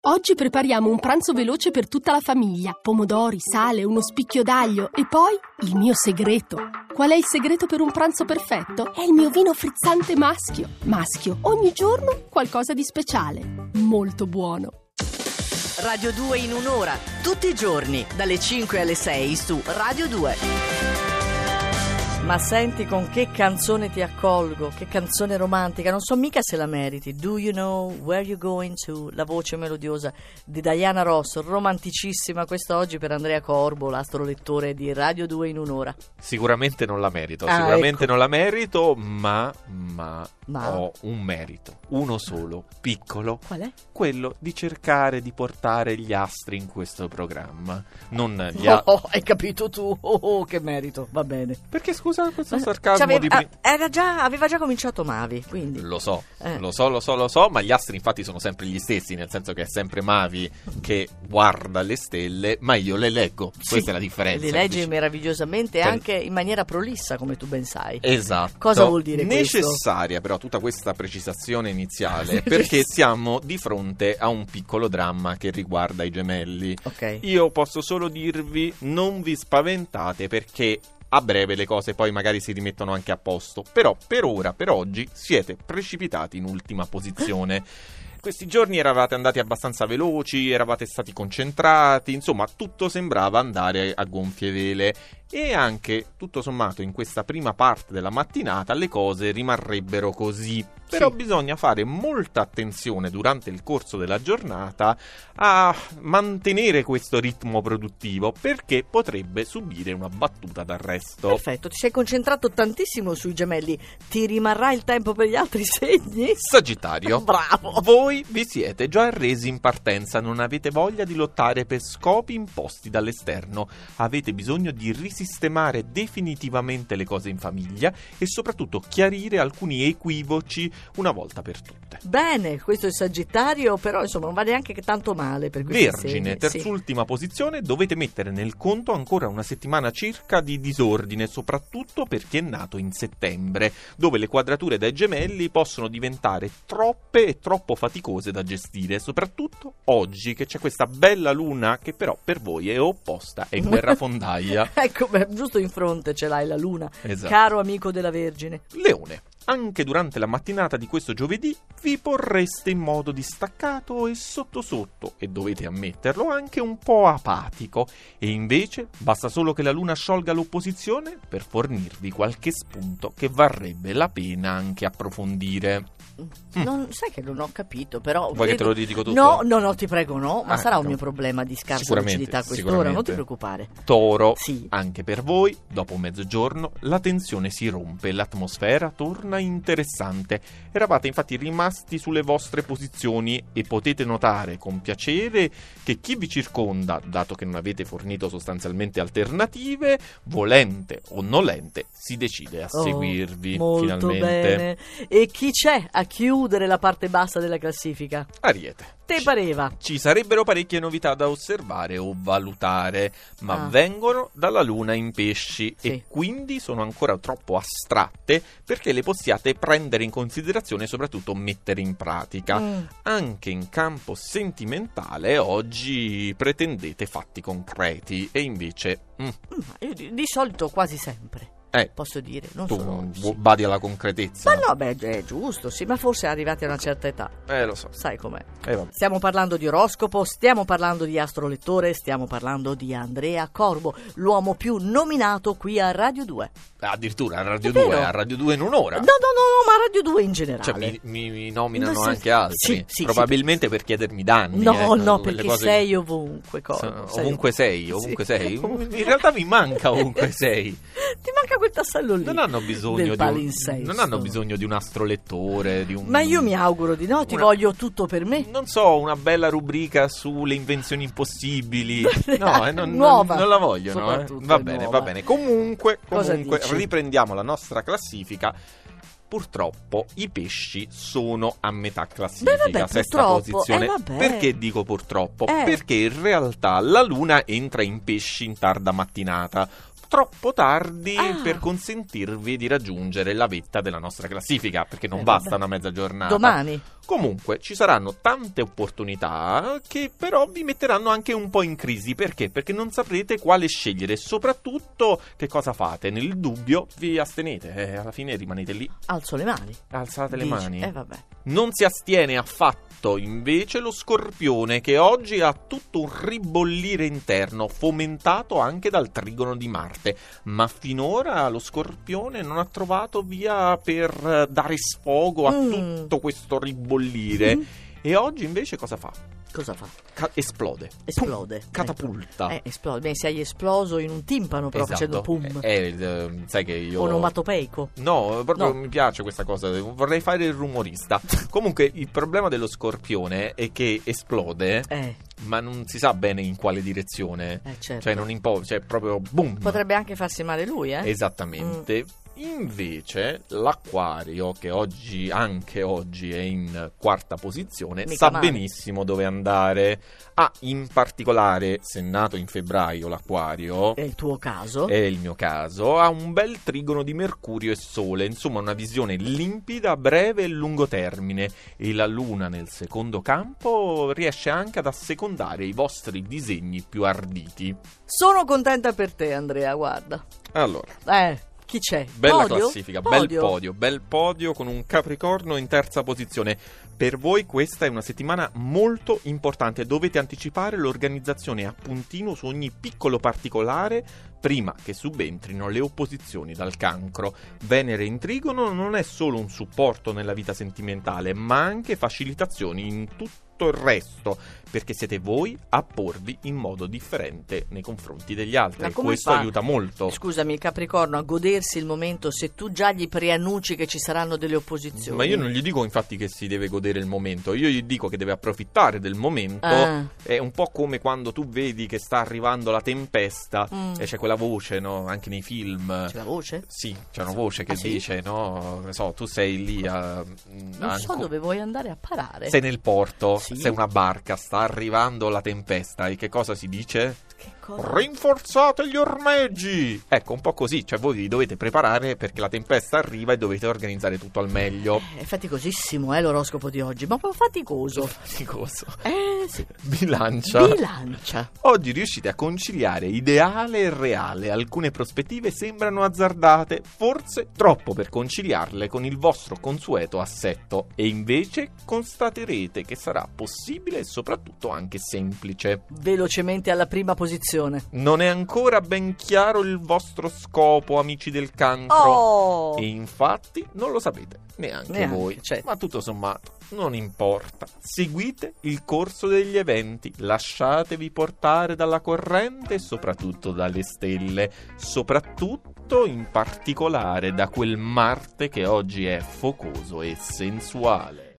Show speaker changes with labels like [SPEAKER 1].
[SPEAKER 1] Oggi prepariamo un pranzo veloce per tutta la famiglia. Pomodori, sale, uno spicchio d'aglio e poi il mio segreto. Qual è il segreto per un pranzo perfetto? È il mio vino frizzante maschio. Maschio, ogni giorno qualcosa di speciale. Molto buono.
[SPEAKER 2] Radio 2 in un'ora, tutti i giorni, dalle 5 alle 6 su Radio 2. Ma senti con che canzone ti accolgo, che canzone romantica, non so mica se la meriti. Do you know where you're going to? La voce melodiosa di Diana Ross, romanticissima, questa oggi per Andrea Corbo, l'astrolettore di Radio 2 in un'ora.
[SPEAKER 3] Sicuramente non la merito, sicuramente
[SPEAKER 2] ecco.
[SPEAKER 3] non la merito, ma ho un merito, uno solo, piccolo.
[SPEAKER 2] Qual è?
[SPEAKER 3] Quello di cercare di portare gli astri in questo programma. Non gli
[SPEAKER 2] hai capito tu, che merito, va bene.
[SPEAKER 3] Perché scusa questo sarcasmo di
[SPEAKER 2] aveva già cominciato Mavi, quindi.
[SPEAKER 3] Lo so, ma gli astri infatti sono sempre gli stessi, nel senso che è sempre Mavi che guarda le stelle, ma io le leggo.
[SPEAKER 2] Sì,
[SPEAKER 3] questa è la differenza.
[SPEAKER 2] Le leggi meravigliosamente e anche in maniera prolissa, come tu ben sai.
[SPEAKER 3] Esatto.
[SPEAKER 2] Cosa vuol dire questo?
[SPEAKER 3] Necessaria però tutta questa precisazione iniziale perché siamo di fronte a un piccolo dramma che riguarda i gemelli.
[SPEAKER 2] Ok.
[SPEAKER 3] Io posso solo dirvi: non vi spaventate, perché a breve le cose poi magari si rimettono anche a posto. Però per ora, per oggi, siete precipitati in ultima posizione. Questi giorni eravate andati abbastanza veloci, eravate stati concentrati, insomma tutto sembrava andare a gonfie vele. E anche, tutto sommato, in questa prima parte della mattinata le cose rimarrebbero così. Però bisogna fare molta attenzione durante il corso della giornata a mantenere questo ritmo produttivo, perché potrebbe subire una battuta d'arresto.
[SPEAKER 2] Perfetto, ti sei concentrato tantissimo sui gemelli. Ti rimarrà il tempo per gli altri segni?
[SPEAKER 3] Sagittario.
[SPEAKER 2] Bravo.
[SPEAKER 3] Voi vi siete già arresi in partenza, non avete voglia di lottare per scopi imposti dall'esterno. Avete bisogno di risistemare definitivamente le cose in famiglia e soprattutto chiarire alcuni equivoci una volta per tutte.
[SPEAKER 2] Bene, questo è il Sagittario, però insomma non va neanche tanto male per questi
[SPEAKER 3] Vergine,
[SPEAKER 2] segni.
[SPEAKER 3] terzultima posizione, dovete mettere nel conto ancora una settimana circa di disordine, soprattutto perché è nato in settembre, dove le quadrature dai gemelli possono diventare troppe e troppo faticose da gestire, soprattutto oggi che c'è questa bella luna che però per voi è opposta, è guerrafondaia.
[SPEAKER 2] Ecco, giusto in fronte ce l'hai la luna,
[SPEAKER 3] esatto.
[SPEAKER 2] Caro amico della Vergine.
[SPEAKER 3] Leone. Anche durante la mattinata di questo giovedì vi porreste in modo distaccato e sotto sotto, e dovete ammetterlo anche un po' apatico, e invece basta solo che la luna sciolga l'opposizione per fornirvi qualche spunto che varrebbe la pena anche approfondire.
[SPEAKER 2] Sai che non ho capito, però
[SPEAKER 3] vuoi che te lo dico tutto?
[SPEAKER 2] No, ti prego, no, ma sarà un mio problema di scarsa lucidità a quest'ora, non ti preoccupare.
[SPEAKER 3] Toro,
[SPEAKER 2] sì.
[SPEAKER 3] Anche per voi, dopo mezzogiorno, la tensione si rompe, l'atmosfera torna interessante. Eravate infatti rimasti sulle vostre posizioni e potete notare con piacere che chi vi circonda, dato che non avete fornito sostanzialmente alternative, volente o nolente, si decide a seguirvi
[SPEAKER 2] molto
[SPEAKER 3] finalmente.
[SPEAKER 2] Bene. E chi c'è a chiudere la parte bassa della classifica?
[SPEAKER 3] Ariete.
[SPEAKER 2] Te pareva?
[SPEAKER 3] Ci sarebbero parecchie novità da osservare o valutare, ma vengono dalla luna in pesci e quindi sono ancora troppo astratte perché le possiate prendere in considerazione e soprattutto mettere in pratica. Anche in campo sentimentale oggi pretendete fatti concreti e invece
[SPEAKER 2] io di solito quasi sempre. Posso dire, non
[SPEAKER 3] tu badi alla concretezza.
[SPEAKER 2] Ma no, è giusto, sì, ma forse arrivati a una certa età.
[SPEAKER 3] Lo so.
[SPEAKER 2] Sai com'è.
[SPEAKER 3] Stiamo
[SPEAKER 2] parlando di oroscopo, stiamo parlando di astrolettore, stiamo parlando di Andrea Corbo, l'uomo più nominato qui a Radio 2.
[SPEAKER 3] Addirittura a Radio 2, a Radio 2 in un'ora.
[SPEAKER 2] No, ma a Radio 2 in generale.
[SPEAKER 3] Cioè mi nominano anche altri.
[SPEAKER 2] Sì,
[SPEAKER 3] probabilmente per chiedermi danni.
[SPEAKER 2] No, perché sei ovunque, Corbo.
[SPEAKER 3] Ovunque sei. In realtà mi manca ovunque sei.
[SPEAKER 2] Ti manca quel tassello lì.
[SPEAKER 3] Non hanno bisogno di un astrolettore, di un...
[SPEAKER 2] Ma io mi auguro di no, ti voglio tutto per me.
[SPEAKER 3] Non so, una bella rubrica sulle invenzioni impossibili.
[SPEAKER 2] Nuova.
[SPEAKER 3] Non la voglio, no? Va bene. Comunque riprendiamo la nostra classifica. Purtroppo i pesci sono a metà classifica, sesta posizione. Perché dico purtroppo? Perché in realtà la luna entra in pesci in tarda mattinata, troppo tardi per consentirvi di raggiungere la vetta della nostra classifica, perché non basta una mezza giornata.
[SPEAKER 2] Domani.
[SPEAKER 3] Comunque ci saranno tante opportunità che però vi metteranno anche un po' in crisi. Perché? Perché non saprete quale scegliere e soprattutto che cosa fate. Nel dubbio vi astenete, alla fine rimanete lì.
[SPEAKER 2] Alzo le mani.
[SPEAKER 3] Alzate le mani.
[SPEAKER 2] Vabbè.
[SPEAKER 3] Non si astiene affatto invece lo Scorpione, che oggi ha tutto un ribollire interno fomentato anche dal trigono di Marte, ma finora lo Scorpione non ha trovato via per dare sfogo a tutto questo ribollire. E oggi invece cosa fa?
[SPEAKER 2] Cosa fa?
[SPEAKER 3] Esplode.
[SPEAKER 2] Esplode.
[SPEAKER 3] Pum, catapulta.
[SPEAKER 2] Esplode. Beh, sei esploso in un timpano però facendo pum.
[SPEAKER 3] Sai che io...
[SPEAKER 2] Onomatopeico.
[SPEAKER 3] No, proprio mi piace questa cosa. Vorrei fare il rumorista. Comunque il problema dello Scorpione è che esplode, ma non si sa bene in quale direzione.
[SPEAKER 2] Certo.
[SPEAKER 3] Cioè non cioè proprio boom.
[SPEAKER 2] Potrebbe anche farsi male lui,
[SPEAKER 3] Esattamente. Invece l'Acquario, che anche oggi è in quarta posizione, sa benissimo dove andare. In particolare, se nato in febbraio l'Acquario,
[SPEAKER 2] è il tuo caso,
[SPEAKER 3] è il mio caso, ha un bel trigono di Mercurio e Sole, insomma una visione limpida, breve e lungo termine, e la Luna nel secondo campo riesce anche ad assecondare i vostri disegni più arditi.
[SPEAKER 2] Sono contenta per te, Andrea, guarda.
[SPEAKER 3] Allora,
[SPEAKER 2] chi c'è?
[SPEAKER 3] Bella
[SPEAKER 2] podio?
[SPEAKER 3] Classifica, bel podio con un Capricorno in terza posizione. Per voi questa è una settimana molto importante, dovete anticipare l'organizzazione a puntino su ogni piccolo particolare prima che subentrino le opposizioni dal Cancro. Venere in trigono non è solo un supporto nella vita sentimentale, ma anche facilitazioni in tutto il resto, perché siete voi a porvi in modo differente nei confronti degli altri, e questo aiuta molto.
[SPEAKER 2] Scusami, il Capricorno a godersi il momento se tu già gli preannunci che ci saranno delle opposizioni?
[SPEAKER 3] Ma io non gli dico infatti che si deve godere il momento, io gli dico che deve approfittare del momento. È un po' come quando tu vedi che sta arrivando la tempesta e c'è quella voce, no? Anche nei film.
[SPEAKER 2] C'è la voce?
[SPEAKER 3] Sì, c'è una voce che dice, no? So, tu sei lì
[SPEAKER 2] non so dove vuoi andare a parare.
[SPEAKER 3] Sei nel porto,
[SPEAKER 2] sì?
[SPEAKER 3] Sei una barca, sta arrivando la tempesta e che cosa si dice?
[SPEAKER 2] Che cosa?
[SPEAKER 3] Rinforzate gli ormeggi! Ecco, un po' così, cioè voi vi dovete preparare perché la tempesta arriva e dovete organizzare tutto al meglio.
[SPEAKER 2] È faticosissimo, l'oroscopo di oggi, ma proprio faticoso.
[SPEAKER 3] Faticoso.
[SPEAKER 2] Sì.
[SPEAKER 3] Bilancia. Oggi riuscite a conciliare ideale e reale. Alcune prospettive sembrano azzardate, forse troppo per conciliarle con il vostro consueto assetto, e invece constaterete che sarà possibile e soprattutto anche semplice.
[SPEAKER 2] Velocemente alla prima posizione.
[SPEAKER 3] Non è ancora ben chiaro il vostro scopo, amici del Cancro, e infatti non lo sapete neanche voi, ma tutto sommato non importa. Seguite il corso degli eventi, lasciatevi portare dalla corrente e soprattutto dalle stelle, soprattutto in particolare da quel Marte che oggi è focoso e sensuale.